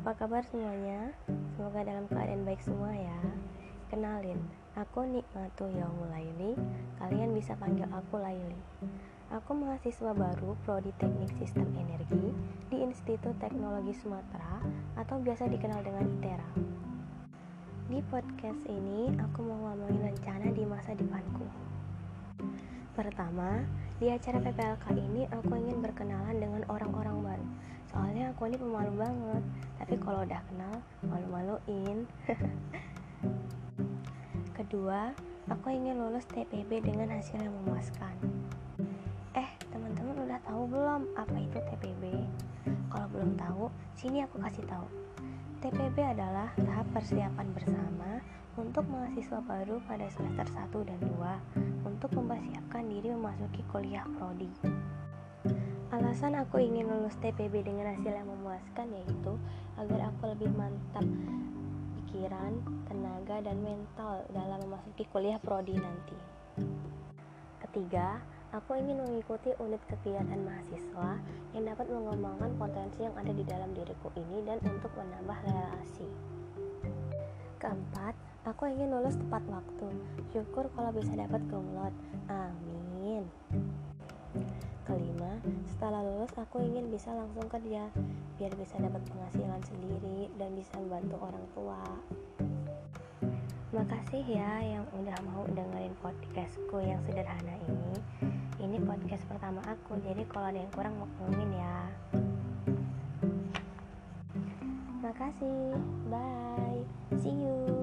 Apa kabar semuanya? Semoga dalam keadaan baik semua ya. Kenalin, aku Nikmatu Yaumul Laili. Kalian bisa panggil aku Laili. Aku mahasiswa baru Prodi Teknik Sistem Energi di Institut Teknologi Sumatera atau biasa dikenal dengan ITERA. Di podcast ini aku mau ngomongin rencana di masa depanku. Pertama, di acara PPLK ini aku ingin berkenalan dengan orang-orang baru. Soalnya aku ini pemalu banget, tapi kalau udah kenal, malu-maluin. Kedua, aku ingin lulus TPB dengan hasil yang memuaskan. Teman-teman udah tahu belum apa itu TPB? Kalau belum tahu, sini aku kasih tahu. TPB adalah tahap persiapan bersama untuk mahasiswa baru pada semester 1 dan 2 untuk mempersiapkan diri memasuki kuliah prodi. Alasan aku ingin lulus TPB dengan hasil yang memuaskan yaitu agar aku lebih mantap pikiran, tenaga, dan mental dalam memasuki kuliah prodi nanti. Ketiga, aku ingin mengikuti unit kegiatan mahasiswa yang dapat mengembangkan potensi yang ada di dalam diriku ini dan untuk menambah relasi. Keempat, aku ingin lulus tepat waktu. Syukur kalau bisa dapat cum laude. Amin. Kelima, setelah lulus aku ingin bisa langsung kerja biar bisa dapat penghasilan sendiri dan bisa membantu orang tua. Makasih ya yang udah mau dengerin podcastku yang sederhana ini. Ini podcast pertama aku, jadi kalau ada yang kurang maklumin ya. Makasih, bye, see you.